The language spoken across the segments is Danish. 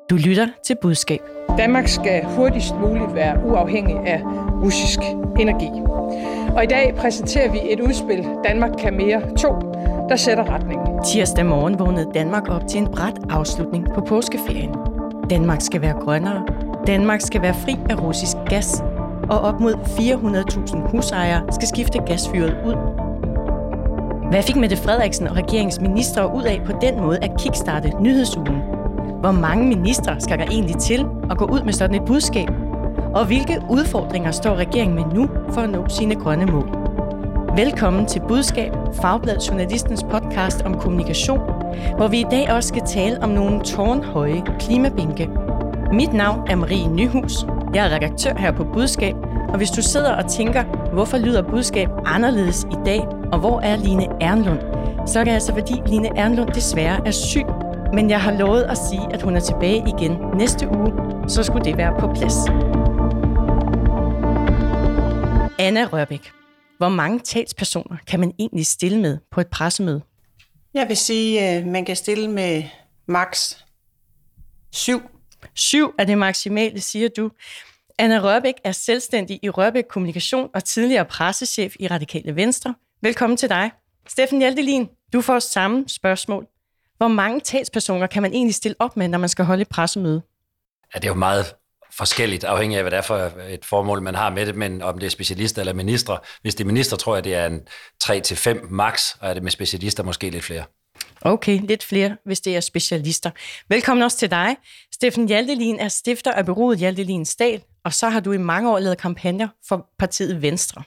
Du lytter til Budskab. Danmark skal hurtigst muligt være uafhængig af russisk energi. Og i dag præsenterer vi et udspil, Danmark kan mere 2, der sætter retningen. Tirsdag morgen vågnede Danmark op til en brat afslutning på påskeferien. Danmark skal være grønnere. Danmark skal være fri af russisk gas. Og op mod 400.000 husejere skal skifte gasfyret ud. Hvad fik Mette Frederiksen og regeringens ministre ud af på den måde at kickstarte nyhedsugen? Hvor mange ministre skal der egentlig til at gå ud med sådan et budskab? Og hvilke udfordringer står regeringen med nu for at nå sine grønne mål? Velkommen til Budskab, Fagbladet Journalistens podcast om kommunikation, hvor vi i dag også skal tale om nogle tårnhøje klimabænke. Mit navn er Marie Nyhus. Jeg er redaktør her på Budskab, og hvis du sidder og tænker, hvorfor lyder Budskab anderledes i dag, og hvor er Line Ernlund, så er det altså fordi Line Ernlund desværre er syg. Men jeg har lovet at sige, at hun er tilbage igen næste uge, så skulle det være på plads. Anna Rørbæk, hvor mange talspersoner kan man egentlig stille med på et pressemøde? Jeg vil sige, at man kan stille med maks 7. 7 er det maksimale, siger du. Anna Rørbæk er selvstændig i Rørbæk Kommunikation og tidligere pressechef i Radikale Venstre. Velkommen til dig. Steffen Hjaltelin, du får samme spørgsmål. Hvor mange talspersoner kan man egentlig stille op med, når man skal holde et pressemøde? Ja, det er jo meget forskelligt, afhængig af, hvad det er for et formål, man har med det, men om det er specialister eller ministre. Hvis det er minister, tror jeg, det er en 3-5 max, og er det med specialister måske lidt flere. Okay, lidt flere, hvis det er specialister. Velkommen også til dig. Steffen Hjaltelin er stifter af bureauet Hjaltelin Stahl, og så har du i mange år lavet kampagner for partiet Venstre.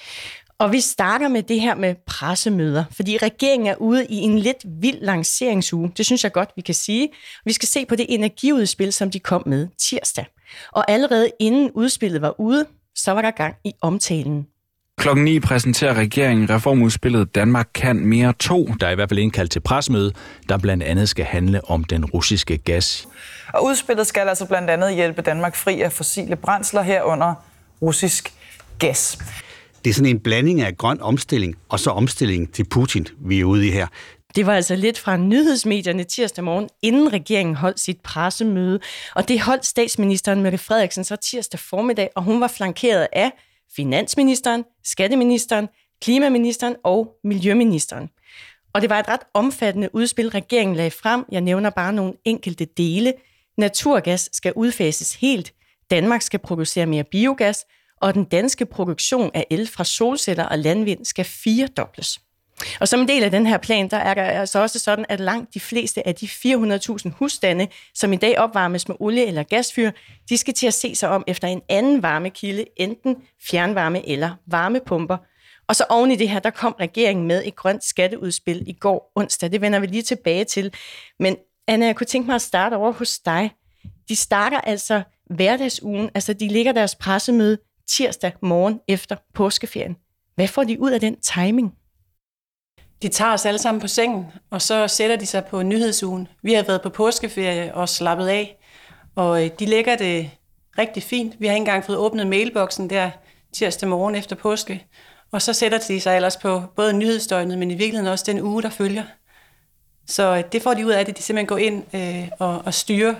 Og vi starter med det her med pressemøder, fordi regeringen er ude i en lidt vild lanceringsuge. Det synes jeg godt, vi kan sige. Vi skal se på det energiudspil, som de kom med tirsdag. Og allerede inden udspillet var ude, så var der gang i omtalen. Klokken 9 præsenterer regeringen reformudspillet Danmark kan mere 2. Der er i hvert fald indkaldt til pressemøde, der blandt andet skal handle om den russiske gas. Og udspillet skal altså blandt andet hjælpe Danmark fri af fossile brændsler herunder russisk gas. Det er sådan en blanding af grøn omstilling og så omstilling til Putin, vi er ude i her. Det var altså lidt fra nyhedsmedierne tirsdag morgen, inden regeringen holdt sit pressemøde. Og det holdt statsministeren Mette Frederiksen så tirsdag formiddag, og hun var flankeret af finansministeren, skatteministeren, klimaministeren og miljøministeren. Og det var et ret omfattende udspil, regeringen lagde frem. Jeg nævner bare nogle enkelte dele. Naturgas skal udfases helt. Danmark skal producere mere biogas. Og den danske produktion af el fra solceller og landvind skal 4-dobles. Og som en del af den her plan, der er der altså også sådan, at langt de fleste af de 400.000 husstande, som i dag opvarmes med olie- eller gasfyr, de skal til at se sig om efter en anden varmekilde, enten fjernvarme eller varmepumper. Og så oven i det her, der kom regeringen med et grønt skatteudspil i går onsdag. Det vender vi lige tilbage til. Men Anna, jeg kunne tænke mig at starte over hos dig. De starter altså hverdagsugen, altså de ligger deres pressemøde tirsdag morgen efter påskeferien. Hvad får de ud af den timing? De tager os alle sammen på sengen, og så sætter de sig på nyhedsugen. Vi har været på påskeferie og slappet af, og de lægger det rigtig fint. Vi har ikke engang fået åbnet mailboksen der tirsdag morgen efter påske, og så sætter de sig ellers på både nyhedsdøgnet, men i virkeligheden også den uge, der følger. Så det får de ud af det. De simpelthen går ind og styrer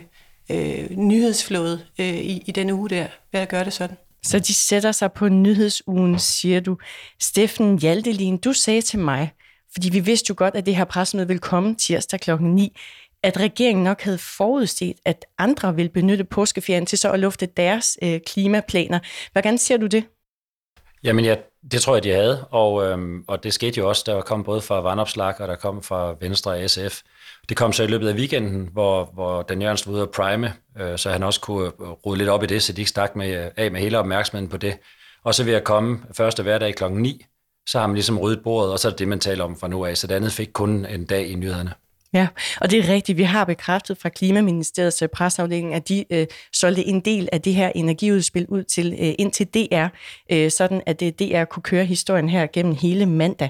nyhedsflowet i den uge der, ved at gøre det sådan. Så de sætter sig på nyhedsugen, siger du. Steffen Hjaltelin, du sagde til mig, fordi vi vidste jo godt, at det her pressemøde ville komme tirsdag klokken 9, at regeringen nok havde forudset, at andre ville benytte påskeferien til så at lufte deres klimaplaner. Hvordan ser du det? Jamen ja, det tror jeg, de havde, og det skete jo også. Der kom både fra Vandopslag, og der kom fra Venstre og SF. Det kom så i løbet af weekenden, hvor Dan Jørgensen var ude at prime, så han også kunne rode lidt op i det, så de ikke stak med hele opmærksomheden på det. Og så ved at komme første hverdag klokken 9, så har man ligesom ryddet bordet, og så er det man taler om fra nu af. Så det andet fik kun en dag i nyhederne. Ja, og det er rigtigt. Vi har bekræftet fra Klimaministeriets presseafdeling, at de solgte en del af det her energiudspil ud ind til DR, sådan at DR kunne køre historien her gennem hele mandag.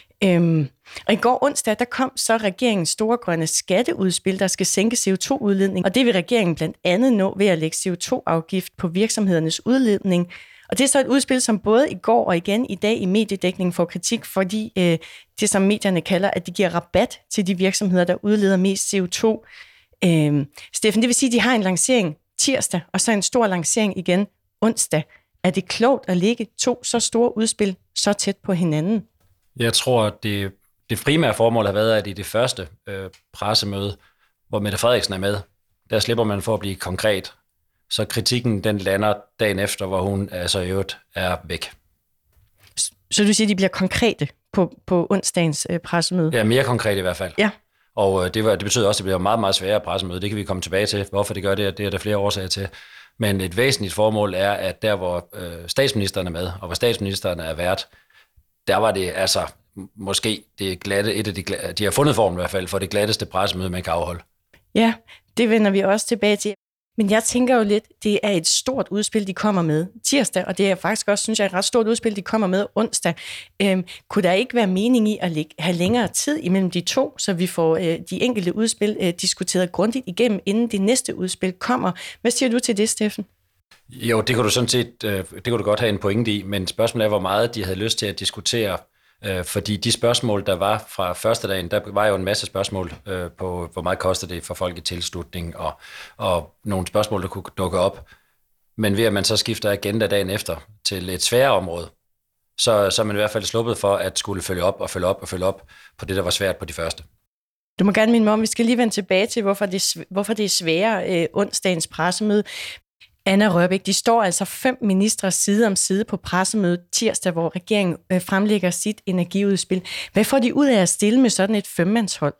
Og i går onsdag, der kom så regeringens store grønne skatteudspil, der skal sænke CO2-udledning, og det vil regeringen blandt andet nå ved at lægge CO2-afgift på virksomhedernes udledning. Og det er så et udspil, som både i går og igen i dag i mediedækning får kritik, fordi det, som medierne kalder, at det giver rabat til de virksomheder, der udleder mest CO2. Steffen, det vil sige, at de har en lancering tirsdag, og så en stor lancering igen onsdag. Er det klogt at lægge 2 så store udspil så tæt på hinanden? Jeg tror, at det primære formål har været, at i det første pressemøde, hvor Mette Frederiksen er med, der slipper man for at blive konkret. Så kritikken, den lander dagen efter, hvor hun altså i øvrigt er væk. Så du siger, at de bliver konkrete på onsdagens pressemøde? Ja, mere konkret i hvert fald. Ja. Og det betyder også, at det bliver meget, meget sværere pressemøde. Det kan vi komme tilbage til. Hvorfor det gør det er der flere årsager til. Men et væsentligt formål er, at der, hvor statsministeren er med, og hvor statsministeren er vært, der var det altså måske det glatte, de har fundet formen i hvert fald, for det glatteste pressemøde, man kan afholde. Ja, det vender vi også tilbage til. Men jeg tænker jo lidt, det er et stort udspil, de kommer med tirsdag, og det er faktisk også, synes jeg, et ret stort udspil, de kommer med onsdag. Kunne der ikke være mening i at have længere tid imellem de to, så vi får de enkelte udspil diskuteret grundigt igennem, inden det næste udspil kommer? Hvad siger du til det, Steffen? Jo, det kunne du sådan set, det kunne du godt have en pointe i, men spørgsmålet er, hvor meget de havde lyst til at diskutere. Fordi de spørgsmål, der var fra første dagen, der var jo en masse spørgsmål på, hvor meget koster det for folk i tilslutning, og nogle spørgsmål, der kunne dukke op. Men ved at man så skifter agenda dagen efter til et sværere område, så er man i hvert fald sluppet for at skulle følge op på det, der var svært på de første. Du må gerne minde mig om, vi skal lige vende tilbage til, hvorfor det er sværere onsdagens pressemøde. Anna Rørbæk, de står altså 5 ministre side om side på pressemødet tirsdag, hvor regeringen fremlægger sit energiudspil. Hvad får de ud af at stille med sådan et 5-mandshold?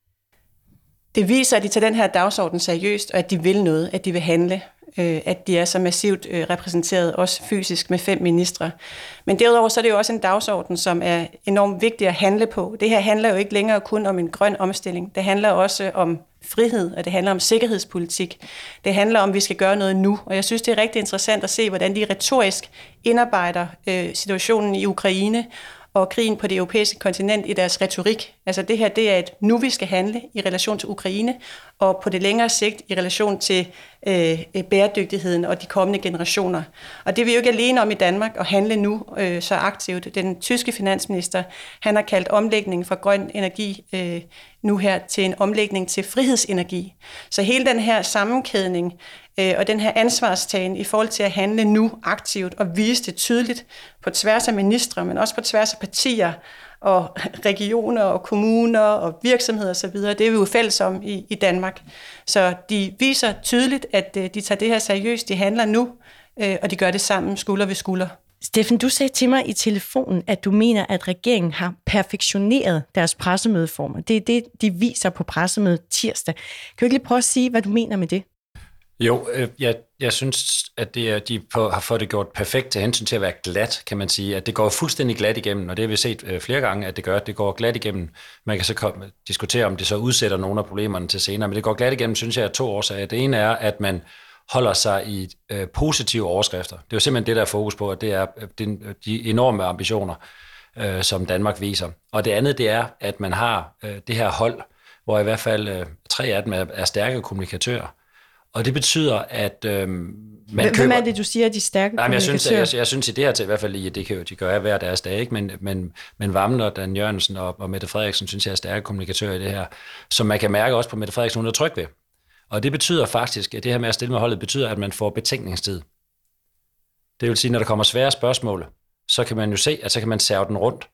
Det viser, at de tager den her dagsorden seriøst, og at de vil noget, at de vil handle. At de er så massivt repræsenteret, også fysisk med 5 ministre. Men derudover så er det jo også en dagsorden, som er enormt vigtig at handle på. Det her handler jo ikke længere kun om en grøn omstilling. Det handler også om frihed, og det handler om sikkerhedspolitik. Det handler om, at vi skal gøre noget nu. Og jeg synes, det er rigtig interessant at se, hvordan de retorisk indarbejder situationen i Ukraine og krigen på det europæiske kontinent i deres retorik. Altså det her, det er et nu vi skal handle i relation til Ukraine, og på det længere sigt i relation til bæredygtigheden og de kommende generationer. Og det er vi jo ikke alene om i Danmark at handle nu så aktivt. Den tyske finansminister, han har kaldt omlægningen fra grøn energi nu her til en omlægning til frihedsenergi. Så hele den her sammenkædning og den her ansvarstagen i forhold til at handle nu aktivt og vise det tydeligt på tværs af ministre, men også på tværs af partier og regioner og kommuner og virksomheder osv., det er vi jo fælles om i Danmark. Så de viser tydeligt, at de tager det her seriøst, de handler nu, og de gør det sammen skulder ved skulder. Steffen, du sagde til mig i telefonen, at du mener, at regeringen har perfektioneret deres pressemødeformer. Det er det, de viser på pressemødet tirsdag. Kan du ikke lige prøve at sige, hvad du mener med det? Jo, jeg synes, at de har fået det gjort perfekt til hensyn til at være glat, kan man sige. At det går fuldstændig glat igennem, og det har vi set flere gange, at det gør. Det går glat igennem. Man kan så diskutere, om det så udsætter nogle af problemerne til senere, men det går glat igennem, synes jeg, af 2 årsager. Det ene er, at man holder sig i positive overskrifter. Det er jo simpelthen det, der er fokus på, at det er de enorme ambitioner, som Danmark viser. Og det andet, det er, at man har det her hold, hvor i hvert fald 3 af dem er stærke kommunikatører. Og det betyder, at man Hvem er det, du siger, de stærke kommunikatører? Jeg synes i det her til, i hvert fald i det kan jo de gøre hver deres dag, ikke? Men Wammen og Dan Jørgensen og Mette Frederiksen, synes jeg er stærke kommunikatører i det her, som man kan mærke også på Mette Frederiksen, hun er tryg ved. Og det betyder faktisk, at det her med at stille med holdet, betyder, at man får betænkningstid. Det vil sige, når der kommer svære spørgsmål, så kan man jo se, at så kan man serve den rundt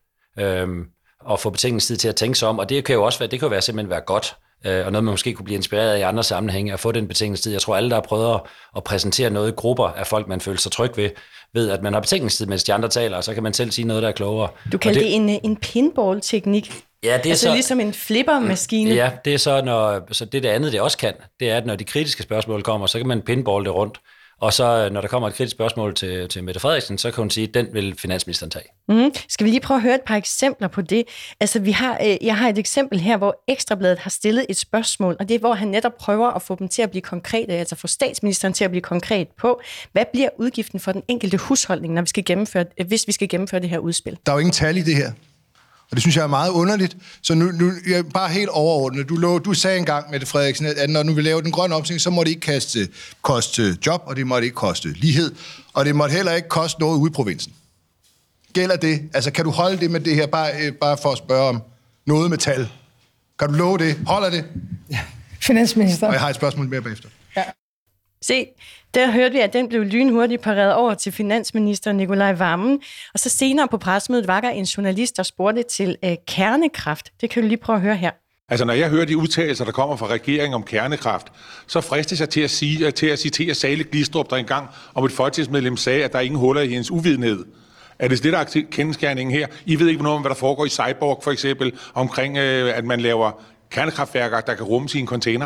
og få betænkningstid til at tænke sig om, og det kan jo også være, det kan jo simpelthen være godt, og noget, man måske kunne blive inspireret af i andre sammenhænge, at få den betænkningstid. Jeg tror, alle, der har prøvet at præsentere noget i grupper af folk, man føler sig tryg ved, at man har betænkningstid, mens de andre taler, og så kan man selv sige noget, der er klogere. Du kalder det en pinball-teknik? Ja, det er altså så, ligesom en flippermaskine? Ja, det er så det andet, det også kan, det er, at når de kritiske spørgsmål kommer, så kan man pinball det rundt. Og så når der kommer et kritisk spørgsmål til Mette Frederiksen, så kan hun sige, at den vil finansministeren tage. Skal vi lige prøve at høre et par eksempler på det? Altså, jeg har et eksempel her, hvor Ekstrabladet har stillet et spørgsmål, og det er, hvor han netop prøver at få dem til at blive konkrete, altså få statsministeren til at blive konkret på, hvad bliver udgiften for den enkelte husholdning, når hvis vi skal gennemføre det her udspil? Der er jo ingen tal i det her. Og det synes jeg er meget underligt. Så nu jeg bare helt overordnet. Du sagde engang, Mette Frederiksen, at når nu vil lave den grønne omstilling, så må det ikke koste job, og det må ikke koste lighed, og det må heller ikke koste noget ude i provinsen. Gælder det? Altså, kan du holde det med det her, bare for at spørge om noget med tal? Kan du love det? Holder det? Ja. Finansminister. Og jeg har et spørgsmål mere bagefter. Ja. Se, der hørte vi, at den blev lynhurtigt pareret over til finansminister Nicolai Wammen. Og så senere på pressemødet var der en journalist, der spurgte til kernekraft. Det kan du lige prøve at høre her. Altså, når jeg hører de udtalelser, der kommer fra regeringen om kernekraft, så fristes jeg til at citere Sale Glistrup, der engang om et folketingsmedlem sagde, at der er ingen huller i hendes uvidenhed. Er det der er kendskærningen her? I ved ikke noget om, hvad der foregår i Cyborg, for eksempel, omkring, at man laver kernekraftværker, der kan rumme i en container?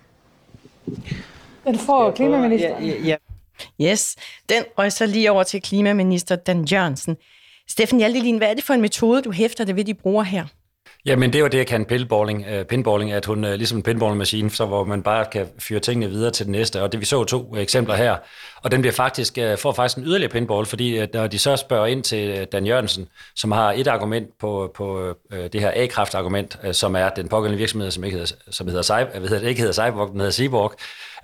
Den får klimaministeren. Ja. Yes, den røg så lige over til klimaminister Dan Jørgensen. Steffen Hjaltelin, hvad er det for en metode, du hæfter det ved, de bruger her? Jamen, det er jo det, jeg kan pinballing, at hun ligesom en pinballmaskine, så hvor man bare kan fyre tingene videre til den næste. Og det vi så 2 eksempler her, og den bliver får faktisk en yderligere pinball, fordi når de så spørger ind til Dan Jørgensen, som har et argument på det her A-kraft-argument, som er den pågældende virksomhed, som ikke hedder Cyborg, den hedder Seaborg,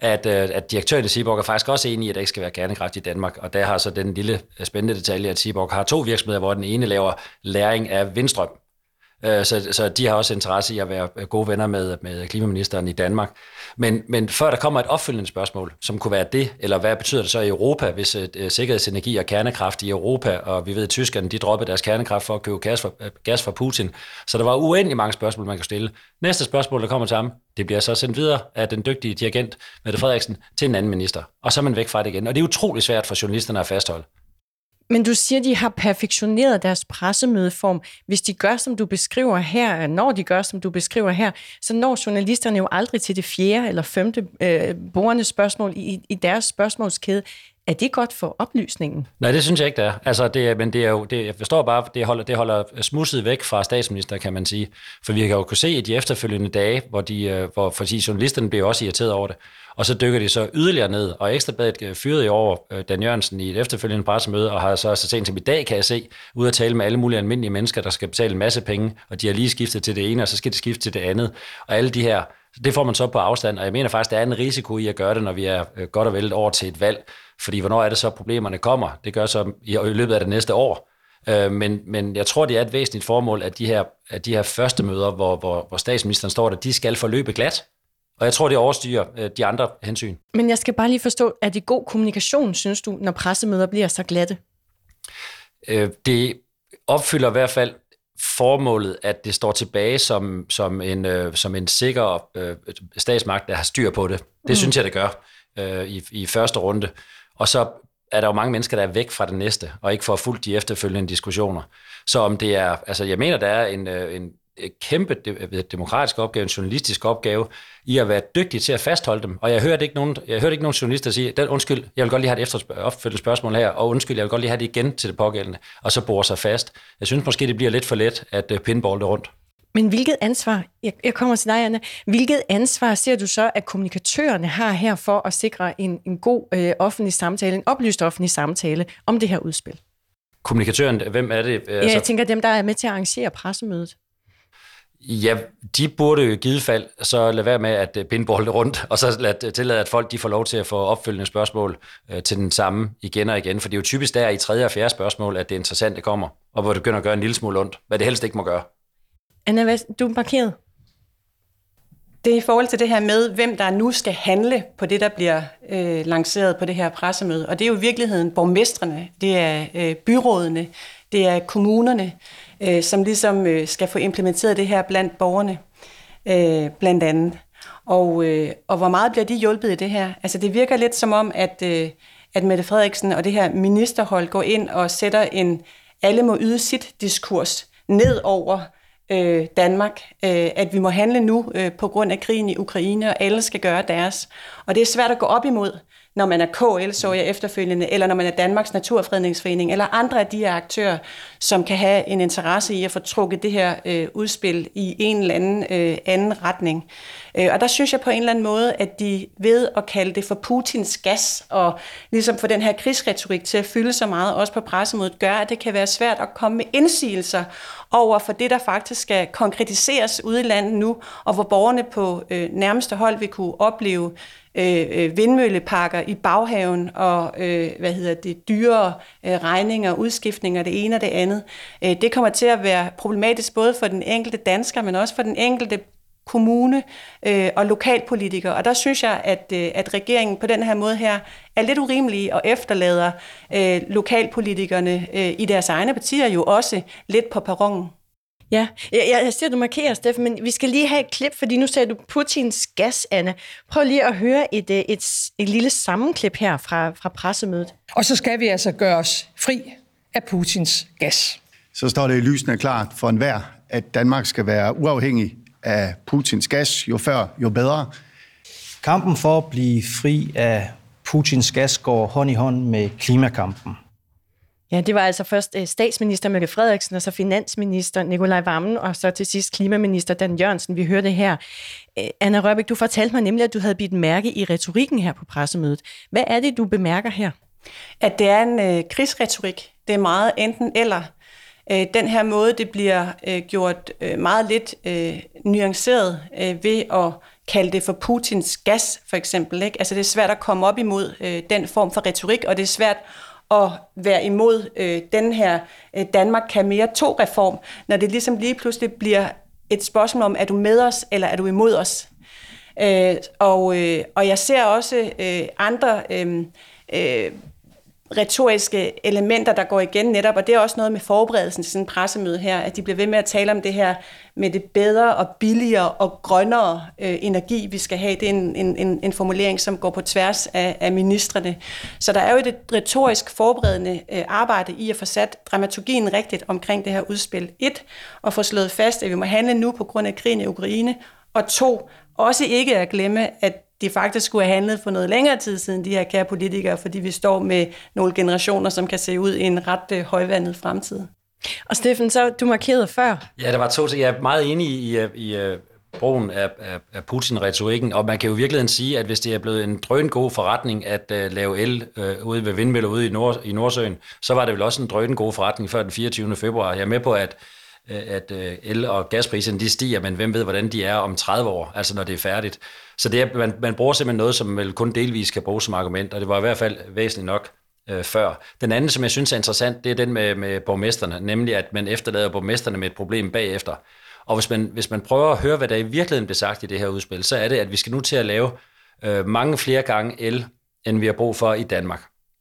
at direktøren i Seaborg er faktisk også enig i, at der ikke skal være kernekraft i Danmark. Og der har så den lille spændende detalje, at Seaborg har 2 virksomheder, hvor den ene laver lagring af vindstrøm. Så de har også interesse i at være gode venner med klimaministeren i Danmark. Men før der kommer et opfølgende spørgsmål, som kunne være det, eller hvad betyder det så i Europa, hvis sikkerhedsenergi og kernekraft i Europa, og vi ved, at tyskerne de droppede deres kernekraft for at købe gas fra Putin. Så der var uendelig mange spørgsmål, man kunne stille. Næste spørgsmål, der kommer til ham, det bliver så sendt videre af den dygtige dirigent Mette Frederiksen til en anden minister. Og så er man væk fra det igen. Og det er utrolig svært for journalisterne at fastholde. Men du siger, de har perfektioneret deres pressemødeform. Hvis de gør, som du beskriver her, når de gør, som du beskriver her, så når journalisterne jo aldrig til det 4. eller 5. borende spørgsmål i deres spørgsmålskæde. Er det godt for oplysningen? Nej, det synes jeg ikke, det er. Altså, jeg forstår bare, det holder smudset væk fra statsminister, kan man sige. For vi kan jo kunne se i de efterfølgende dage, fordi journalisterne bliver også irriteret over det. Og så dykker de så yderligere ned, og Ekstrabladet fyrede i år Dan Jørgensen i et efterfølgende pressemøde, og har så sent som i dag, kan jeg se, ud at tale med alle mulige almindelige mennesker, der skal betale en masse penge, og de har lige skiftet til det ene, og så skal de skifte til det andet. Og alle de her, det får man så på afstand, og jeg mener faktisk, der er en risiko i at gøre det, når vi er godt og vel over til et valg. Fordi hvornår er det så, problemerne kommer? Det gør så i løbet af det næste år. Men jeg tror, det er et væsentligt formål, at de her første møder, hvor statsministeren står der, de skal forløbe glat. Og jeg tror, det overstyrer de andre hensyn. Men jeg skal bare lige forstå, er det god kommunikation, synes du, når pressemøder bliver så glatte? Det opfylder i hvert fald formålet, at det står tilbage som en sikker statsmagt, der har styr på det. Det synes jeg, det gør i første runde. Og så er der jo mange mennesker, der er væk fra det næste, og ikke får fulgt de efterfølgende diskussioner. Så om det er, altså jeg mener, der er en kæmpe demokratisk opgave, en journalistisk opgave, i at være dygtig til at fastholde dem. Og jeg hørte ikke nogen journalister sige, undskyld, jeg vil godt lige have et opfølgende spørgsmål her, og undskyld, jeg vil godt lige have det igen til det pågældende, og så bore sig fast. Jeg synes måske, det bliver lidt for let at pinballe det rundt. Men hvilket ansvar, jeg kommer til dig, Anna, hvilket ansvar ser du så, at kommunikatørerne har her for at sikre en god offentlig samtale, en oplyst offentlig samtale om det her udspil? Kommunikatøren, hvem er det? Ja, jeg tænker dem, der er med til at arrangere pressemødet. Ja, de burde jo i givet fald så lade være med at pinballe det rundt, og så tillade, at folk de får lov til at få opfølgende spørgsmål til den samme igen og igen. For det er jo typisk der i 3. og 4. spørgsmål, at det interessante kommer, og hvor det begynder at gøre en lille smule ondt, hvad det helst ikke må gøre. Anna, du er markeret. Det er i forhold til det her med, hvem der nu skal handle på det, der bliver lanceret på det her pressemøde. Og det er jo i virkeligheden borgmestrene, det er byrådene, det er kommunerne, som ligesom skal få implementeret det her blandt borgerne, blandt andet. Og hvor meget bliver de hjulpet i det her? Altså det virker lidt som om, at Mette Frederiksen og det her ministerhold går ind og sætter en alle må yde sit diskurs ned over Danmark, at vi må handle nu på grund af krigen i Ukraine, og alle skal gøre deres. Og det er svært at gå op imod, når man er KL, så jeg efterfølgende, eller når man er Danmarks Naturfredningsforening, eller andre af de her aktører, som kan have en interesse i at få trukket det her udspil i en eller anden retning. Og der synes jeg på en eller anden måde, at de ved at kalde det for Putins gas, og ligesom få den her krigsretorik til at fylde så meget, også på pressemødet, gør, at det kan være svært at komme med indsigelser over for det, der faktisk skal konkretiseres ude i landet nu, og hvor borgerne på nærmeste hold vil kunne opleve vindmølleparker i baghaven og dyrere regninger, udskiftninger, det ene og det andet. Det kommer til at være problematisk både for den enkelte dansker, men også for den enkelte kommune og lokalpolitikere. Og der synes jeg, at regeringen på den her måde her er lidt urimelig og efterlader lokalpolitikerne i deres egne partier jo også lidt på perronen. Ja, jeg ser, du markerer, Steffen, men vi skal lige have et klip, fordi nu sagde du Putins gas, Anna. Prøv lige at høre et lille sammenklip her fra pressemødet. Og så skal vi altså gøre os fri af Putins gas. Så står det lysende klart for enhver, at Danmark skal være uafhængig af Putins gas, jo før, jo bedre. Kampen for at blive fri af Putins gas går hånd i hånd med klimakampen. Ja, det var altså først statsminister Mette Frederiksen, og så finansminister Nicolai Wammen, og så til sidst klimaminister Dan Jørgensen. Vi hørte her. Anna Rørbæk, du fortalte mig nemlig, at du havde bidt mærke i retorikken her på pressemødet. Hvad er det, du bemærker her? At det er en krigsretorik. Det er meget enten eller. Den her måde, det bliver gjort meget lidt nuanceret ved at kalde det for Putins gas, for eksempel. Ikke? Altså det er svært at komme op imod den form for retorik, og det er svært at være imod den her Danmark kan mere 2-reform, når det ligesom lige pludselig bliver et spørgsmål om, er du med os, eller er du imod os? Og jeg ser også andre retoriske elementer, der går igen netop, og det er også noget med forberedelsen til sådan en pressemøde her, at de bliver ved med at tale om det her med det bedre og billigere og grønnere energi, vi skal have. Det er en formulering, som går på tværs af ministrene. Så der er jo et retorisk forberedende arbejde i at få sat dramaturgien rigtigt omkring det her udspil. 1. At få slået fast, at vi må handle nu på grund af krigen i Ukraine, og 2. Også ikke at glemme, at de faktisk skulle have handlet for noget længere tid siden, de her kære politikere, fordi vi står med nogle generationer, som kan se ud i en ret højvandet fremtid. Og Steffen, så du markerede før. Ja, der var 2 ting. Jeg er meget enig i brugen af Putin-retorikken, og man kan jo i virkeligheden sige, at hvis det er blevet en drøngod forretning at lave el ude ved vindmøller ude i Nordsøen, så var det vel også en drøngod forretning før den 24. februar. Jeg er med på, at el- og gaspriserne de stiger, men hvem ved, hvordan de er om 30 år, altså når det er færdigt. Så det er, man bruger simpelthen noget, som vel kun delvis kan bruges som argument, og det var i hvert fald væsentligt nok før. Den anden, som jeg synes er interessant, det er den med borgmesterne, nemlig at man efterlader borgmesterne med et problem bagefter. Og hvis man prøver at høre, hvad der i virkeligheden blev sagt i det her udspil, så er det, at vi skal nu til at lave mange flere gange el, end vi har brug for i Danmark.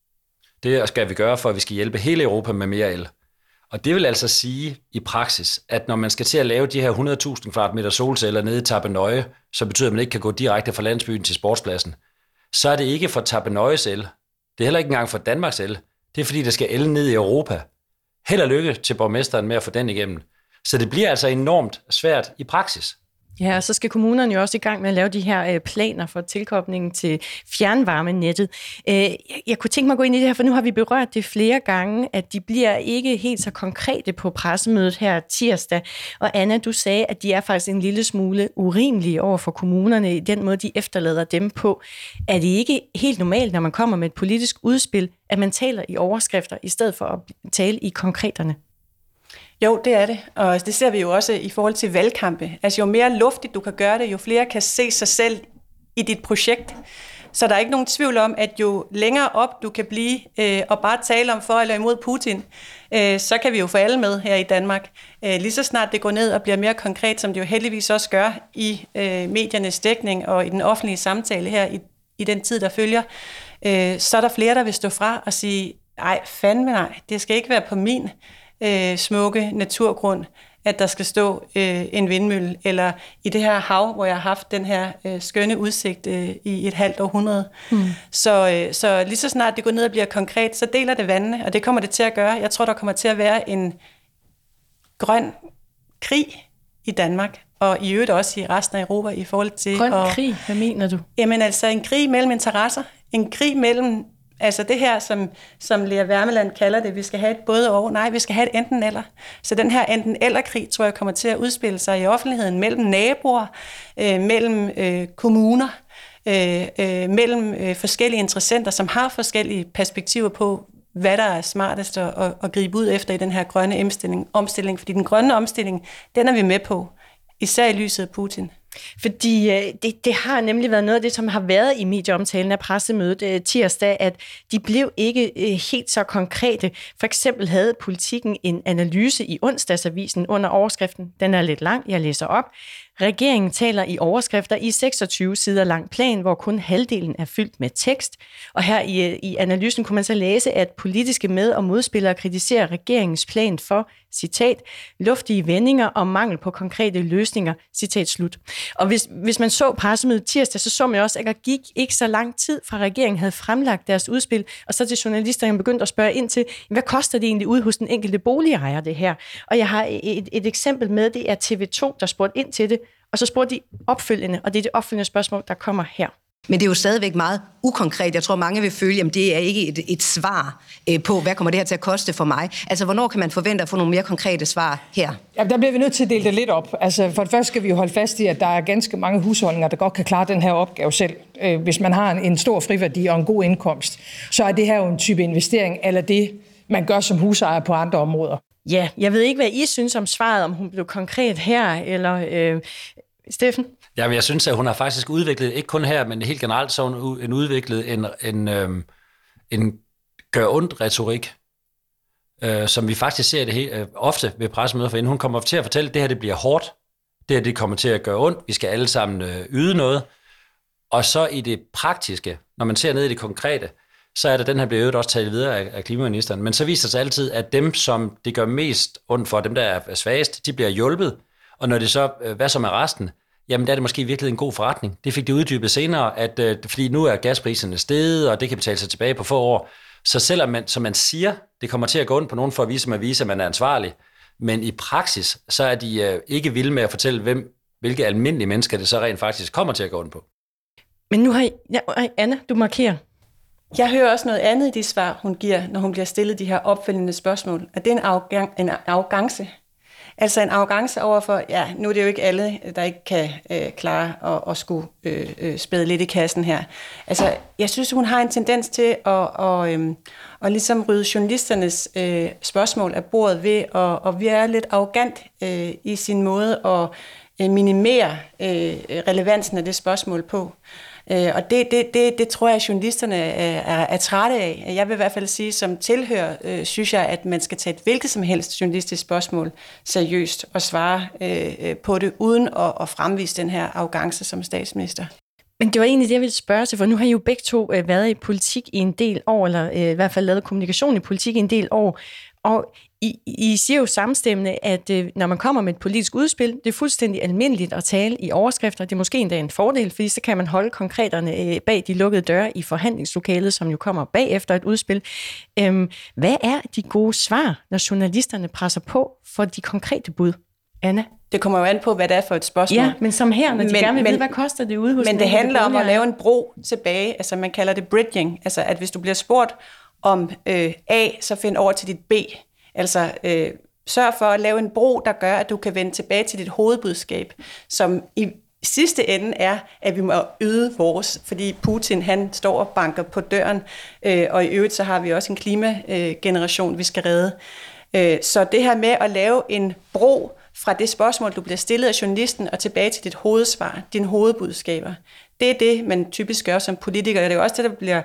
Det skal vi gøre, for at vi skal hjælpe hele Europa med mere el. Og det vil altså sige i praksis, at når man skal til at lave de her 100.000 kvadratmeter solceller nede i Tappernøje, så betyder, at man ikke kan gå direkte fra landsbyen til sportspladsen, så er det ikke for Tappernøjes el. Det er heller ikke engang for Danmarks el. Det er fordi, der skal el ned i Europa. Held og lykke til borgmesteren med at få den igennem. Så det bliver altså enormt svært i praksis. Ja, og så skal kommunerne jo også i gang med at lave de her planer for tilkoblingen til fjernvarmenettet. Jeg kunne tænke mig at gå ind i det her, for nu har vi berørt det flere gange, at de bliver ikke helt så konkrete på pressemødet her tirsdag. Og Anna, du sagde, at de er faktisk en lille smule urimelige over for kommunerne i den måde, de efterlader dem på. Er det ikke helt normalt, når man kommer med et politisk udspil, at man taler i overskrifter, i stedet for at tale i konkreterne? Jo, det er det, og det ser vi jo også i forhold til valgkampe. Altså jo mere luftigt du kan gøre det, jo flere kan se sig selv i dit projekt. Så der er ikke nogen tvivl om, at jo længere op du kan blive og bare tale om for eller imod Putin, så kan vi jo få alle med her i Danmark. Lige så snart det går ned og bliver mere konkret, som det jo heldigvis også gør i mediernes dækning og i den offentlige samtale her i den tid, der følger, så er der flere, der vil stå fra og sige, ej, fandme nej, det skal ikke være på min smukke naturgrund, at der skal stå en vindmølle, eller i det her hav, hvor jeg har haft den her skønne udsigt i et halvt århundrede. Så lige så snart det går ned og bliver konkret, så deler det vandene, og det kommer det til at gøre. Jeg tror, der kommer til at være en grøn krig i Danmark, og i øvrigt også i resten af Europa i forhold til... Grøn krig? Hvad mener du? Jamen altså en krig mellem interesser. En krig mellem... Altså det her, som Lea Wermelin kalder det, vi skal have et både og. Nej, vi skal have et enten eller. Så den her enten eller krig, tror jeg, kommer til at udspille sig i offentligheden mellem naboer, mellem kommuner, mellem forskellige interessenter, som har forskellige perspektiver på, hvad der er smartest at gribe ud efter i den her grønne omstilling. Fordi den grønne omstilling, den er vi med på, især i lyset af Putin. Fordi det har nemlig været noget af det, som har været i medieomtalen af pressemødet tirsdag, at de blev ikke helt så konkrete. For eksempel havde Politikken en analyse i onsdagsavisen under overskriften, den er lidt lang, jeg læser op. Regeringen taler i overskrifter i 26 sider lang plan, hvor kun halvdelen er fyldt med tekst. Og her i analysen kunne man så læse, at politiske med- og modspillere kritiserer regeringens plan for, citat, luftige vendinger og mangel på konkrete løsninger, citat slut. Og hvis man så pressemødet tirsdag, så så man også, at der gik ikke så lang tid fra regeringen havde fremlagt deres udspil, og så til journalisterne begyndte at spørge ind til, hvad koster det egentlig ude hos den enkelte boligejer det her? Og jeg har et eksempel med, det er TV2, der spurgte ind til det, og så spurgte de opfølgende, og det er det opfølgende spørgsmål, der kommer her. Men det er jo stadigvæk meget ukonkret. Jeg tror, mange vil føle, at det er ikke et svar på, hvad kommer det her til at koste for mig. Altså, hvornår kan man forvente at få nogle mere konkrete svar her? Ja, der bliver vi nødt til at dele det lidt op. Altså, for det første skal vi jo holde fast i, at der er ganske mange husholdninger, der godt kan klare den her opgave selv. Hvis man har en stor friværdi og en god indkomst, så er det her jo en type investering, eller det, man gør som husejer på andre områder. Ja, jeg ved ikke, hvad I synes om svaret, om hun blev konkret her, eller Steffen? Ja, men jeg synes, at hun har faktisk udviklet, ikke kun her, men helt generelt, så hun udviklet en gør ondt retorik, som vi faktisk ser det ofte ved pressemøder, for inden hun kommer til at fortælle, at det her det bliver hårdt, det her det kommer til at gøre ondt, vi skal alle sammen yde noget, og så i det praktiske, når man ser ned i det konkrete, så er der den her bliver også taget videre af klimaministeren, men så viser det sig altid, at dem, som det gør mest ondt for, dem der er svagest, de bliver hjulpet, og når det så, hvad som er resten, jamen der er det måske virkelig en god forretning. Det fik de uddybet senere, at fordi nu er gaspriserne steget, og det kan betale sig tilbage på få år. Så selvom man, som man siger, det kommer til at gå ondt på nogen for at vise, at man er ansvarlig, men i praksis, så er de ikke vilde med at fortælle, hvilke almindelige mennesker det så rent faktisk kommer til at gå ondt på. Men nu har Anna, du markerer. Jeg hører også noget andet i de svar, hun giver, når hun bliver stillet de her opfølgende spørgsmål. At det er en arrogance. Altså en arrogance overfor, ja, nu er det jo ikke alle, der ikke kan klare at skulle spæde lidt i kassen her. Altså, jeg synes, hun har en tendens til at ligesom rydde journalisternes spørgsmål af bordet ved at være lidt arrogant i sin måde at minimere relevansen af det spørgsmål på. Og det tror jeg, at journalisterne er trætte af. Jeg vil i hvert fald sige, som tilhører, synes jeg, at man skal tage et hvilket som helst journalistisk spørgsmål seriøst og svare på det, uden at fremvise den her arrogance som statsminister. Men det var egentlig det, jeg ville spørge til, for nu har I jo begge to været i politik i en del år, eller i hvert fald lavet kommunikation i politik i en del år, og I siger jo samstemmende, at når man kommer med et politisk udspil, det er fuldstændig almindeligt at tale i overskrifter. Det er måske endda en fordel, fordi så kan man holde konkreterne bag de lukkede døre i forhandlingslokalet, som jo kommer bagefter et udspil. Hvad er de gode svar, når journalisterne presser på for de konkrete bud? Anna? Det kommer jo an på, hvad det er for et spørgsmål. Ja, men som her, når de gerne vil vide, hvad koster det ude hos. Men det handler om at lave en bro tilbage, altså man kalder det bridging, altså at hvis du bliver spurgt om A, så find over til dit B. Altså sørg for at lave en bro, der gør, at du kan vende tilbage til dit hovedbudskab, som i sidste ende er, at vi må yde vores, fordi Putin han står og banker på døren, og i øvrigt så har vi også en klimageneration, vi skal redde. Så det her med at lave en bro fra det spørgsmål, du bliver stillet af journalisten, og tilbage til dit hovedsvar, dine hovedbudskaber. Det er det, man typisk gør som politiker. Det er jo også det, der bliver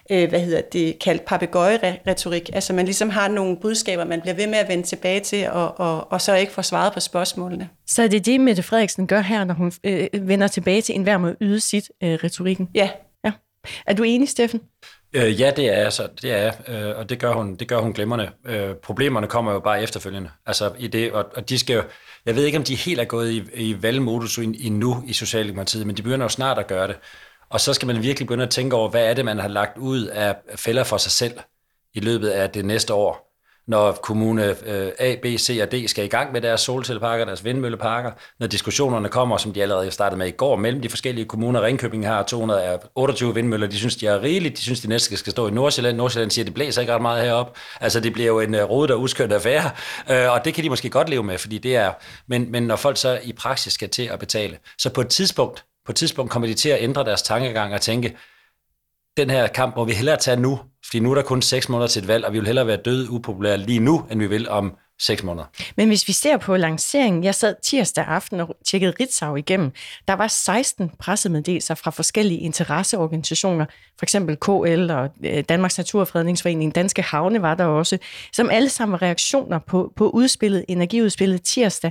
kaldt papegøjeretorik. Altså man ligesom har nogle budskaber, man bliver ved med at vende tilbage til, og så ikke får svaret på spørgsmålene. Så er det, Mette Frederiksen gør her, når hun vender tilbage til enhver måde yde sit retorikken? Ja. Er du enig, Steffen? Ja, det er så. Det er, og det gør hun glimrende. Problemerne kommer jo bare efterfølgende. Altså i det, og de skal jo, jeg ved ikke, om de helt er gået i valgmodus endnu i Socialdemokratiet, men de begynder jo snart at gøre det. Og så skal man virkelig begynde at tænke over, hvad er det, man har lagt ud af fælder for sig selv i løbet af det næste år. Når kommune A, B, C og D skal i gang med deres solcelleparker, deres vindmølleparker, når diskussionerne kommer, som de allerede startede med i går, mellem de forskellige kommuner. Ringkøbing har 228 vindmøller, de synes, de er rigeligt, de synes, de næste skal stå i Nordsjælland. Nordsjælland siger, at det blæser ikke ret meget herop. Altså, det bliver jo en rodet og uskønt affære, og det kan de måske godt leve med, fordi det er... Men når folk så i praksis skal til at betale, så på et tidspunkt kommer de til at ændre deres tankegang og tænke, den her kamp må vi hellere tage nu, fordi nu er der kun 6 måneder til et valg, og vi vil hellere være døde upopulære lige nu, end vi vil om 6 måneder. Men hvis vi ser på lanceringen, jeg sad tirsdag aften og tjekkede Ritzau igennem, der var 16 pressemeddelelser fra forskellige interesseorganisationer, for eksempel KL og Danmarks Naturfredningsforening, Danske Havne var der også, som alle sammen var reaktioner på udspillet, energiudspillet tirsdag.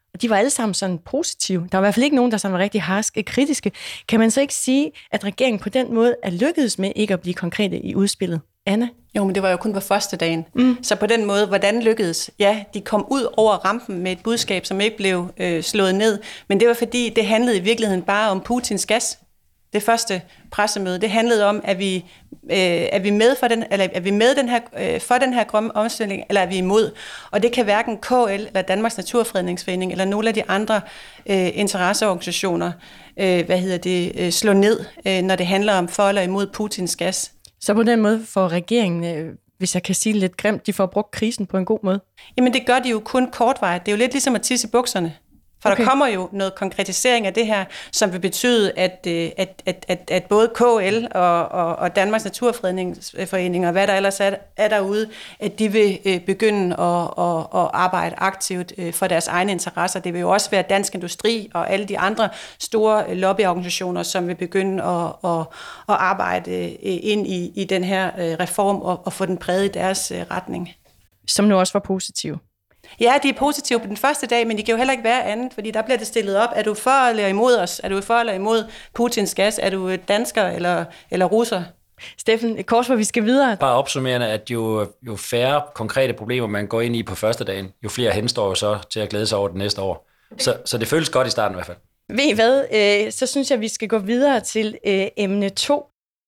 og de var alle sammen sådan positive. Der var i hvert fald ikke nogen, der sådan var rigtig harske, kritiske. Kan man så ikke sige, at regeringen på den måde er lykkedes med ikke at blive konkrete i udspillet? Anna? Jo, men det var jo kun på første dagen. Så på den måde, hvordan lykkedes? Ja, de kom ud over rampen med et budskab, som ikke blev slået ned. Men det var fordi, det handlede i virkeligheden bare om Putins gas. Det første pressemøde, det handlede om, at vi med for den her grønne omstilling, eller er vi imod? Og det kan hverken KL eller Danmarks Naturfredningsforening eller nogle af de andre interesseorganisationer slå ned, når det handler om for eller imod Putins gas. Så på den måde får regeringen, hvis jeg kan sige lidt grimt, de får brugt krisen på en god måde? Jamen det gør de jo kun kortvarigt. Det er jo lidt ligesom at tisse i bukserne. For der kommer jo noget konkretisering af det her, som vil betyde, at både KL og Danmarks Naturfredningsforening og hvad der ellers er derude, at de vil begynde at arbejde aktivt for deres egne interesser. Det vil jo også være Dansk Industri og alle de andre store lobbyorganisationer, som vil begynde at arbejde ind i den her reform og få den præget i deres retning. Som nu også var positiv. Ja, de er positive på den første dag, men de kan jo heller ikke være andet, fordi der bliver det stillet op. Er du for eller imod os? Er du for eller imod Putins gas? Er du dansker eller russer? Steffen, kort for vi skal videre. Bare opsummerende, at jo færre konkrete problemer, man går ind i på første dagen, jo flere henstår jo så til at glæde sig over det næste år. Så det føles godt i starten i hvert fald. Ved I hvad? Så synes jeg, vi skal gå videre til emne 2.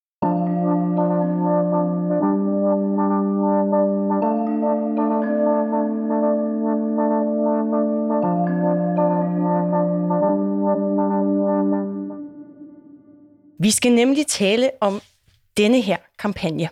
Vi skal nemlig tale om denne her kampagne.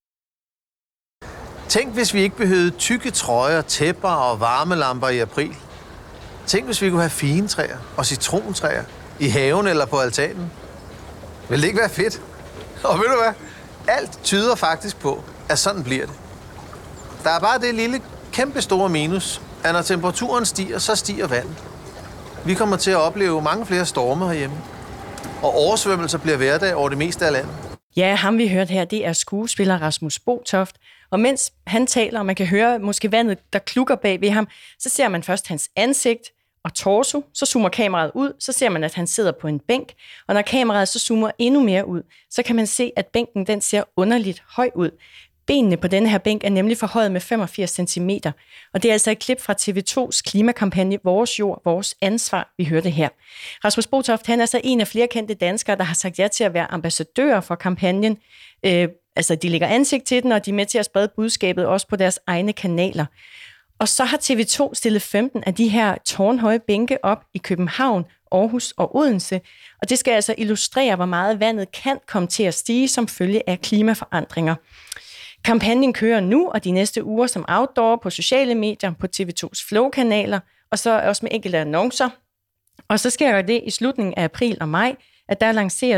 Tænk, hvis vi ikke behøvede tykke trøjer, tæpper og varmelamper i april. Tænk, hvis vi kunne have fine træer og citrontræer i haven eller på altanen. Vil det ikke være fedt? Og ved du hvad? Alt tyder faktisk på, at sådan bliver det. Der er bare det lille, kæmpe store minus, at når temperaturen stiger, så stiger vandet. Vi kommer til at opleve mange flere storme herhjemme. Og oversvømmelser bliver hverdag over det meste af landet. Ja, ham vi hørte her, det er skuespiller Rasmus Botoft. Og mens han taler, og man kan høre måske vandet, der klukker bag ved ham, så ser man først hans ansigt og torso. Så zoomer kameraet ud, så ser man, at han sidder på en bænk. Og når kameraet så zoomer endnu mere ud, så kan man se, at bænken den ser underligt høj ud. Benene på denne her bænk er nemlig forhøjet med 85 cm. Og det er altså et klip fra TV2's klimakampagne Vores Jord, Vores Ansvar, vi hørte her. Rasmus Botoft, han er så en af flere kendte danskere, der har sagt ja til at være ambassadører for kampagnen. De lægger ansigt til den, og de er med til at sprede budskabet også på deres egne kanaler. Og så har TV2 stillet 15 af de her tårnhøje bænke op i København, Aarhus og Odense. Og det skal altså illustrere, hvor meget vandet kan komme til at stige som følge af klimaforandringer. Kampagnen kører nu og de næste uger som outdoor på sociale medier, på TV2's Flow-kanaler, og så også med enkelte annoncer. Og så sker det i slutningen af april og maj, at der lancerer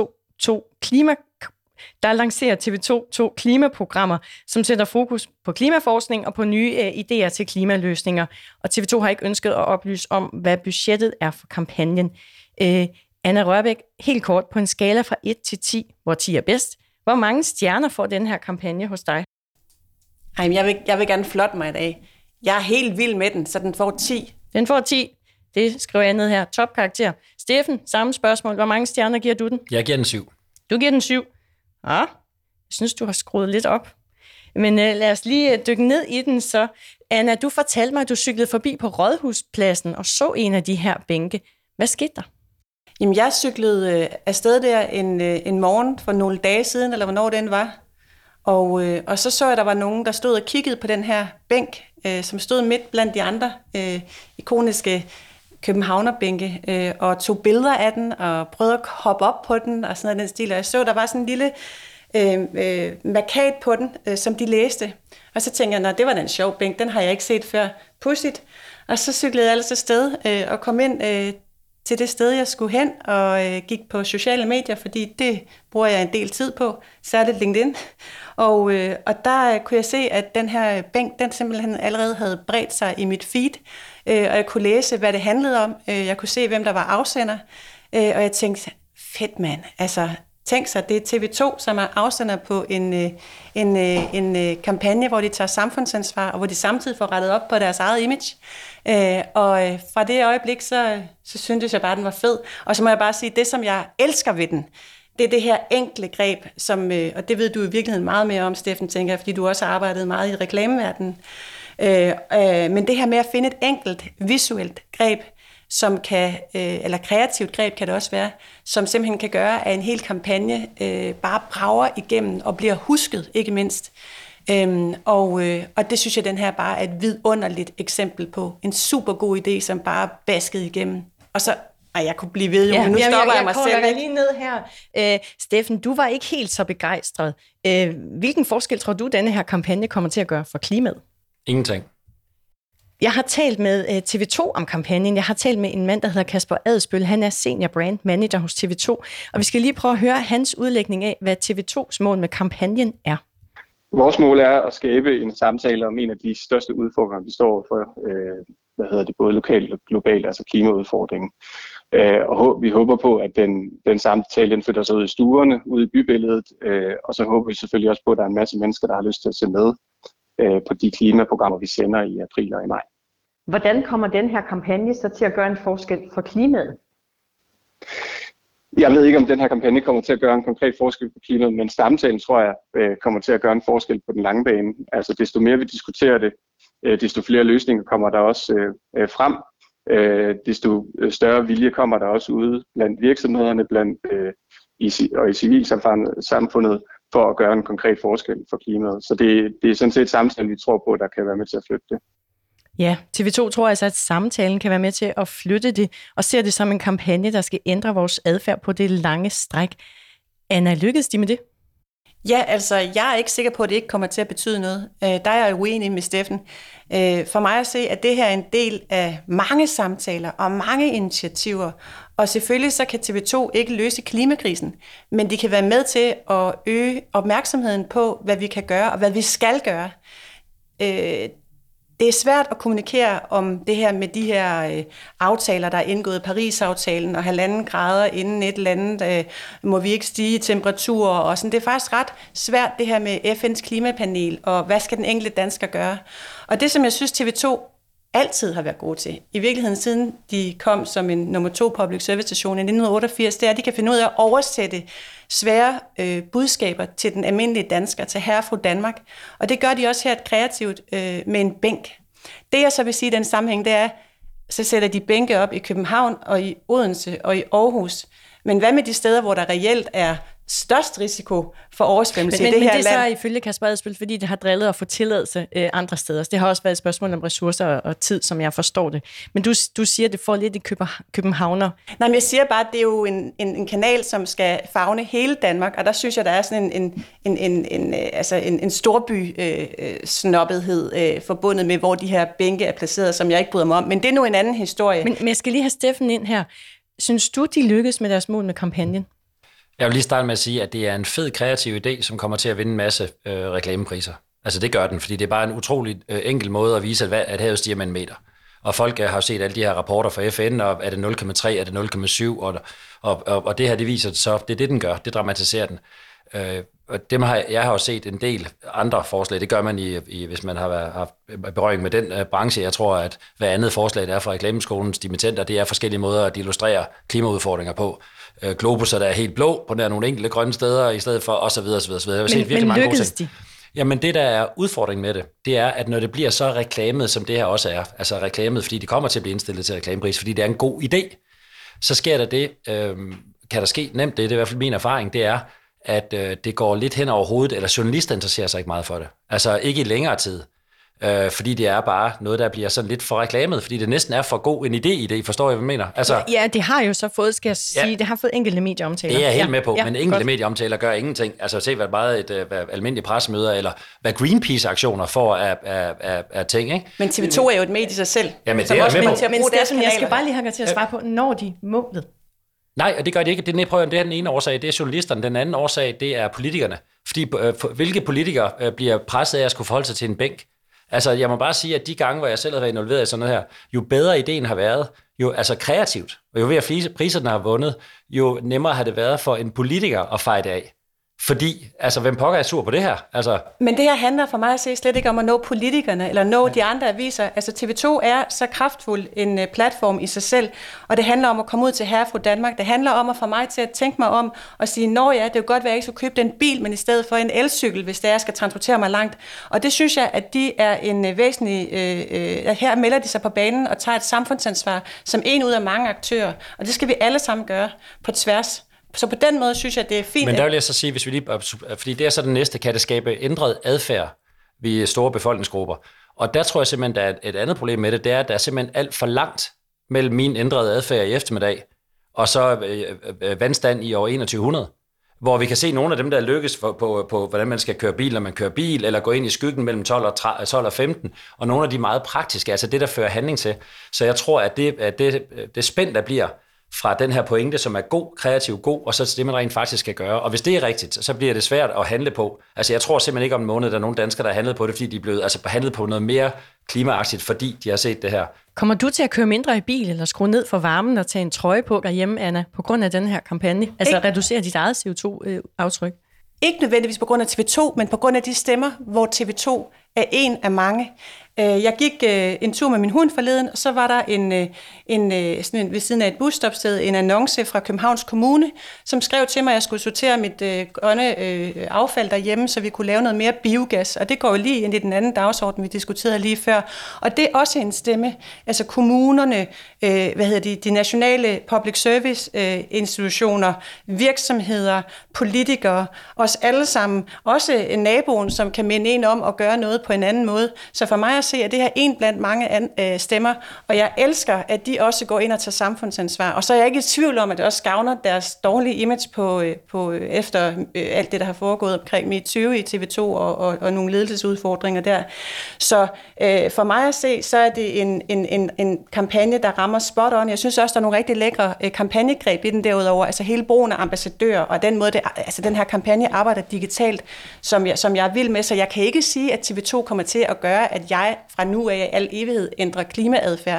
TV2 to klimaprogrammer, som sætter fokus på klimaforskning og på nye idéer til klimaløsninger. Og TV2 har ikke ønsket at oplyse om, hvad budgettet er for kampagnen. Anna Rørbæk, helt kort på en skala fra 1 til 10, hvor 10 er bedst. Hvor mange stjerner får den her kampagne hos dig? Ej, jeg vil gerne flotte mig i dag. Jeg er helt vild med den, så den får 10. Den får 10. Det skriver jeg ned her. Topkarakter. Steffen, samme spørgsmål. Hvor mange stjerner giver du den? Jeg giver den 7. Du giver den 7. Ja, jeg synes, du har skruet lidt op. Men lad os lige dykke ned i den så. Anna, du fortalte mig, at du cyklede forbi på Rådhuspladsen og så en af de her bænke. Hvad skete der? Jamen, jeg cyklede afsted der en morgen for nogle dage siden, eller hvornår den var. Og så jeg, at der var nogen, der stod og kiggede på den her bænk, som stod midt blandt de andre ikoniske københavnerbænke, og tog billeder af den, og prøvede at hoppe op på den, og sådan noget den stil. Og jeg så, der var sådan en lille markat på den, som de læste. Og så tænkte jeg, det var da en sjov bænk, den har jeg ikke set før. Pudsigt. Og så cyklede jeg altså afsted og kom ind til det sted, jeg skulle hen, og gik på sociale medier, fordi det bruger jeg en del tid på, særligt LinkedIn. Og der kunne jeg se, at den her bænk, den simpelthen allerede havde bredt sig i mit feed, og jeg kunne læse, hvad det handlede om. Jeg kunne se, hvem der var afsender, og jeg tænkte, fedt mand, altså Tænk sig, det er TV2, som er afsender på en kampagne, hvor de tager samfundsansvar, og hvor de samtidig får rettet op på deres eget image. Og fra det øjeblik, så syntes jeg bare, at den var fed. Og så må jeg bare sige, det som jeg elsker ved den, det er det her enkle greb, som, og det ved du i virkeligheden meget mere om, Steffen, tænker jeg, fordi du også har arbejdet meget i reklameverdenen. Men det her med at finde et enkelt visuelt greb, som kan, eller kreativt greb kan det også være, som simpelthen kan gøre, at en hel kampagne bare brager igennem og bliver husket, ikke mindst. Og det synes jeg, den her bare er et vidunderligt eksempel på. En super god idé, som bare baskede igennem. Og så, jeg kunne blive ved, men nu stopper jeg mig selv. Jeg lige ned her. Steffen, du var ikke helt så begejstret. Hvilken forskel tror du, denne her kampagne kommer til at gøre for klimaet? Ingenting. Jeg har talt med TV2 om kampagnen. Jeg har talt med en mand, der hedder Kasper Adelsbøl. Han er senior brand manager hos TV2. Og vi skal lige prøve at høre hans udlægning af, hvad TV2's mål med kampagnen er. Vores mål er at skabe en samtale om en af de største udfordringer, vi står for, både lokalt og globalt, altså klimaudfordringen. Og vi håber på, at den samtale den flytter sig ud i stuerne, ud i bybilledet, og så håber vi selvfølgelig også på, at der er en masse mennesker, der har lyst til at se med på de klimaprogrammer, vi sender i april og i maj. Hvordan kommer den her kampagne så til at gøre en forskel for klimaet? Jeg ved ikke, om den her kampagne kommer til at gøre en konkret forskel på klimaet, men samtalen, tror jeg, kommer til at gøre en forskel på den lange bane. Altså, desto mere vi diskuterer det, desto flere løsninger kommer der også frem. Desto større vilje kommer der også ude blandt virksomhederne og i civilsamfundet for at gøre en konkret forskel for klimaet. Så det er sådan set samtalen, vi tror på, der kan være med til at flytte det. Ja, TV2 tror altså, at samtalen kan være med til at flytte det, og ser det som en kampagne, der skal ændre vores adfærd på det lange stræk. Anna, lykkedes de med det? Ja, altså, jeg er ikke sikker på, at det ikke kommer til at betyde noget. Der er jeg uenig med Steffen. For mig at se, at det her er en del af mange samtaler og mange initiativer. Og selvfølgelig så kan TV2 ikke løse klimakrisen, men de kan være med til at øge opmærksomheden på, hvad vi kan gøre og hvad vi skal gøre. Det er svært at kommunikere om det her med de her aftaler, der er indgået, Paris-aftalen og 1,5 grader inden et eller andet, må vi ikke stige temperaturer og sådan. Det er faktisk ret svært det her med FN's klimapanel, og hvad skal den enkelte dansker gøre? Og det, som jeg synes TV2 altid har været gode til, i virkeligheden siden de kom som en nummer 2 public service station i 1988, det er, at de kan finde ud af at oversætte svære budskaber til den almindelige dansker, til herre og fru Danmark. Og det gør de også her kreativt med en bænk. Det jeg så vil sige i den sammenhæng, det er, så sætter de bænke op i København og i Odense og i Aarhus. Men hvad med de steder, hvor der reelt er størst risiko for oversvømmelse i det her land? Men det er så ifølge Kasper Adelsbøl, fordi det har drillet at få tilladelse andre steder. Det har også været et spørgsmål om ressourcer og tid, som jeg forstår det. Men du siger, at det får lidt i københavner. Nej, men jeg siger bare, at det er jo en kanal, som skal favne hele Danmark, og der synes jeg, der er sådan en storby-snobbethed forbundet med, hvor de her bænke er placeret, som jeg ikke bryder mig om. Men det er nu en anden historie. Men jeg skal lige have Steffen ind her. Synes du, de lykkes med deres mål med kampagnen? Jeg vil lige starte med at sige, at det er en fed kreativ idé, som kommer til at vinde en masse reklamepriser. Altså det gør den, fordi det er bare en utrolig enkel måde at vise, at havet stiger med 1 meter. Og folk har jo set alle de her rapporter fra FN, og er det 0,3, er det 0,7, og det her, det viser så, det er det, den gør, det dramatiserer den. Og jeg har jo set en del andre forslag, det gør man, hvis man har haft berøring med den branche. Jeg tror, at hver andet forslag, der er fra reklameskolens dimittenter, det er forskellige måder at illustrere klimaudfordringer på. Globusser, der er helt blå på nogle enkelte grønne steder, i stedet for osv. Men lykkedes de? Jamen det, der er udfordringen med det er, at når det bliver så reklamet, som det her også er, altså reklamet, fordi det kommer til at blive indstillet til reklamepris, fordi det er en god idé, så sker der det, kan der ske nemt det er i hvert fald min erfaring, det er, at det går lidt hen over hovedet, eller journalister interesserer sig ikke meget for det. Altså ikke i længere tid. Fordi det er bare noget, der bliver sådan lidt for reklamet, fordi det næsten er for god en idé, forstår jeg, hvad jeg mener? Altså, ja, det har jo så fået, skal jeg sige, det har fået enkelte medieomtaler. Det er jeg helt med på, men enkelte medieomtaler gør ingenting. Altså se, hvad meget hvad almindelige pressemøder, eller hvad Greenpeace-aktioner får af ting, ikke? Men TV2 er jo et medie i sig selv. Ja, men det er jeg med på. Men Steffen, jeg skal bare lige have til at svare på, når de målet. Nej, og det gør de ikke. Det er den ene årsag, det er journalisterne. Den anden årsag, det er politikerne. Fordi hvilke politikere bliver presset af at skulle forholde sig til en bænk? Altså, jeg må bare sige, at de gange, hvor jeg selv har været involveret i sådan noget her, jo bedre ideen har været, jo altså kreativt, og jo mere priserne har vundet, jo nemmere har det været for en politiker at fejre det af. Fordi, altså, hvem pokker er sur på det her? Altså... Men det her handler for mig at se slet ikke om at nå politikerne, eller nå de andre aviser. Altså, TV2 er så kraftfuld en platform i sig selv, og det handler om at komme ud til herre fra Danmark. Det handler om at få mig til at tænke mig om og sige, nå ja, det er jo godt være, at jeg ikke skulle købe den bil, men i stedet for en elcykel, hvis det er, jeg skal transportere mig langt. Og det synes jeg, at de er en væsentlig... her melder de sig på banen og tager et samfundsansvar som en ud af mange aktører. Og det skal vi alle sammen gøre på tværs. Så på den måde synes jeg, det er fint. Men der vil jeg så sige, hvis vi lige, fordi det er så den næste, kan det skabe ændret adfærd ved store befolkningsgrupper. Og der tror jeg simpelthen, der er et andet problem med det, det er, at der er simpelthen alt for langt mellem min ændrede adfærd i eftermiddag, og så vandstand i år 2100, hvor vi kan se nogle af dem, der lykkes på hvordan man skal køre bil, når man kører bil, eller gå ind i skyggen mellem 12 og 15, og nogle af de meget praktiske, altså det, der fører handling til. Så jeg tror, at det spænd, der bliver fra den her pointe, som er god, kreativ, god, og så det, man rent faktisk skal gøre. Og hvis det er rigtigt, så bliver det svært at handle på. Altså, jeg tror simpelthen ikke om en måned, der er nogle danskere, der har handlet på det, fordi de er blevet handlet på noget mere klimaagtigt, fordi de har set det her. Kommer du til at køre mindre i bil, eller skrue ned for varmen og tage en trøje på derhjemme, Anna, på grund af den her kampagne? Altså reducere dit eget CO2-aftryk? Ikke nødvendigvis på grund af TV2, men på grund af de stemmer, hvor TV2 er en af mange. Jeg gik en tur med min hund forleden, og så var der sådan ved siden af et busstopsted en annonce fra Københavns Kommune, som skrev til mig, at jeg skulle sortere mit grønne affald derhjemme, så vi kunne lave noget mere biogas. Og det går jo lige ind i den anden dagsorden, vi diskuterede lige før. Og det er også en stemme. Altså kommunerne, de nationale public service institutioner, virksomheder, politikere, os alle sammen, også naboen, som kan minde en om at gøre noget på en anden måde. Så for mig at se, at det her en blandt mange stemmer, og jeg elsker, at de også går ind og tager samfundsansvar. Og så er jeg ikke i tvivl om, at det også gavner deres dårlige image på efter alt det, der har foregået omkring MeToo i TV2 og nogle ledelsesudfordringer der. Så for mig at se, så er det en kampagne, der rammer spot on. Jeg synes også, der er nogle rigtig lækre kampagnegreb i den derudover. Altså hele brugen af ambassadører, og den måde, den her kampagne arbejder digitalt, som jeg er vild med. Så jeg kan ikke sige, at TV2 kommer til at gøre, at jeg fra nu af i al evighed ændrer klimaadfærd,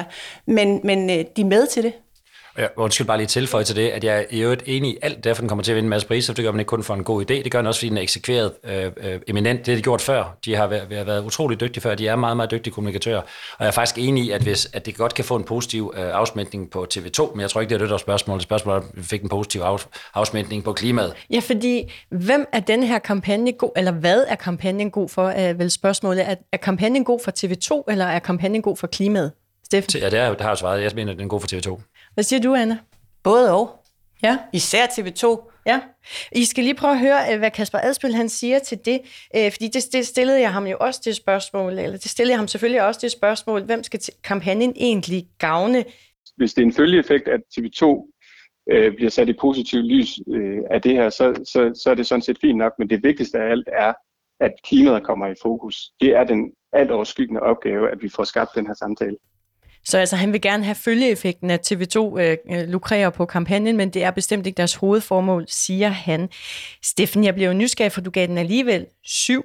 men de er med til det. Jeg undskyld bare lige tilføje til det, at jeg er i øvrigt enig i alt, derfor den kommer til at vinde en masse priser. Det gør man ikke kun for en god idé, det gør den også, fordi den er eksekveret eminent. Det har de gjort før. De har været utrolig dygtige før. De er meget, meget dygtige kommunikatører. Og jeg er faktisk enig i, at det godt kan få en positiv afsmætning på TV2, men jeg tror ikke, det er det spørgsmål. Det spørgsmål er, at vi fik en positiv afsmætning på klimaet. Ja, fordi hvem er den her kampagne god, eller hvad er kampagnen god for? Vel spørgsmålet, er kampagnen god for TV2, eller er kampagnen god for klimaet? Steffen? Ja, det har jeg svaret. Jeg mener, at den er god for TV2. Hvad siger du, Anna? Både og. Ja. Især TV2. Ja. I skal lige prøve at høre, hvad Kasper Adspil han siger til det, fordi det stillede jeg ham jo også det spørgsmål, eller det stillede jeg ham selvfølgelig også det spørgsmål, hvem skal kampagnen egentlig gavne? Hvis det er en følgeeffekt, at TV2 bliver sat i positivt lys af det her, så er det sådan set fint nok, men det vigtigste af alt er, at klimaet kommer i fokus. Det er den alt overskyggende opgave, at vi får skabt den her samtale. Så altså, han vil gerne have følgeeffekten, at TV2 lukrerer på kampagnen, men det er bestemt ikke deres hovedformål, siger han. Steffen, jeg blev jo nysgerrig, for du gav den alligevel 7.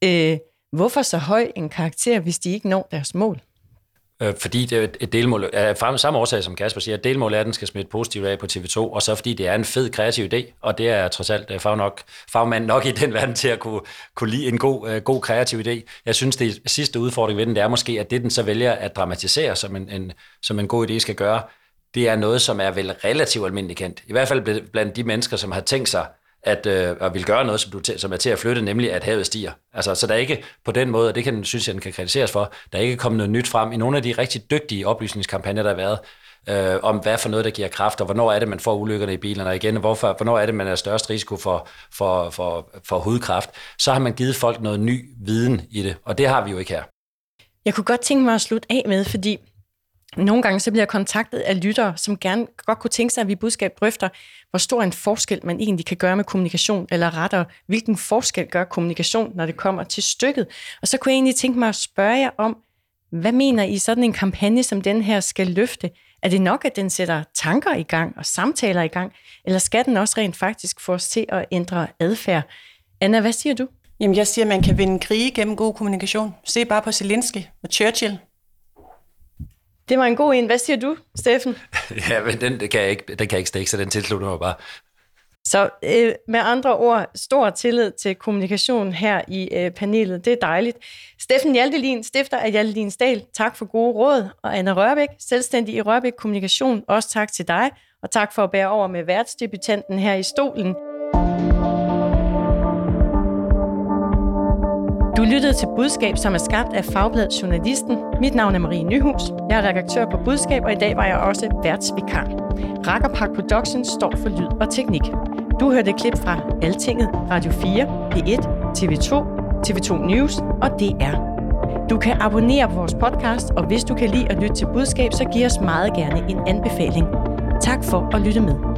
Hvorfor så høj en karakter, hvis de ikke når deres mål? Fordi det er et delmål, fra samme årsag som Kasper siger, at delmålet er, at den skal smide positivt af på TV2, og så fordi det er en fed kreativ idé, og det er trods alt fagmand nok i den verden til at kunne lide en god kreativ idé. Jeg synes, det sidste udfordring ved den, det er måske, at det den så vælger at dramatisere, som en god idé skal gøre, det er noget, som er vel relativt almindeligt kendt. I hvert fald blandt de mennesker, som har tænkt sig at vil gøre noget, som er til at flytte, nemlig at havet stiger. Altså, så der er ikke på den måde, og det synes jeg, den kan kritiseres for, der er ikke kommet noget nyt frem i nogle af de rigtig dygtige oplysningskampagner, der har været, om hvad for noget, der giver kraft, og hvornår er det, man får ulykkerne i bilerne, og igen, hvornår er det, man er størst risiko for hudkræft. Så har man givet folk noget ny viden i det, og det har vi jo ikke her. Jeg kunne godt tænke mig at slutte af med, fordi nogle gange så bliver jeg kontaktet af lyttere, som godt kunne tænke sig, at vi budskab drøfter, hvor stor en forskel man egentlig kan gøre med kommunikation, eller rettere, hvilken forskel gør kommunikation, når det kommer til stykket. Og så kunne jeg egentlig tænke mig at spørge jer om, hvad mener I sådan en kampagne som den her skal løfte? Er det nok, at den sætter tanker i gang og samtaler i gang, eller skal den også rent faktisk få os til at ændre adfærd? Anna, hvad siger du? Jamen, jeg siger, at man kan vinde krige gennem god kommunikation. Se bare på Zelensky og Churchill. Det var en god en. Hvad siger du, Steffen? Ja, men den kan jeg ikke stikke, så den tilslutter mig bare. Så med andre ord, stor tillid til kommunikation her i panelet. Det er dejligt. Steffen Hjaltelin, stifter af Hjaltelins Dahl. Tak for gode råd. Og Anna Rørbæk, selvstændig i Rørbæk Kommunikation. Også tak til dig. Og tak for at bære over med værtsdebutanten her i stolen. Du lyttede til Budskab, som er skabt af Fagbladet Journalisten. Mit navn er Marie Nyhus. Jeg er redaktør på Budskab, og i dag var jeg også værtsvikar. Rakkerpark Productions står for lyd og teknik. Du hørte et klip fra Altinget, Radio 4, P1, TV2, TV2 News og DR. Du kan abonnere på vores podcast, og hvis du kan lide at lytte til Budskab, så giv os meget gerne en anbefaling. Tak for at lytte med.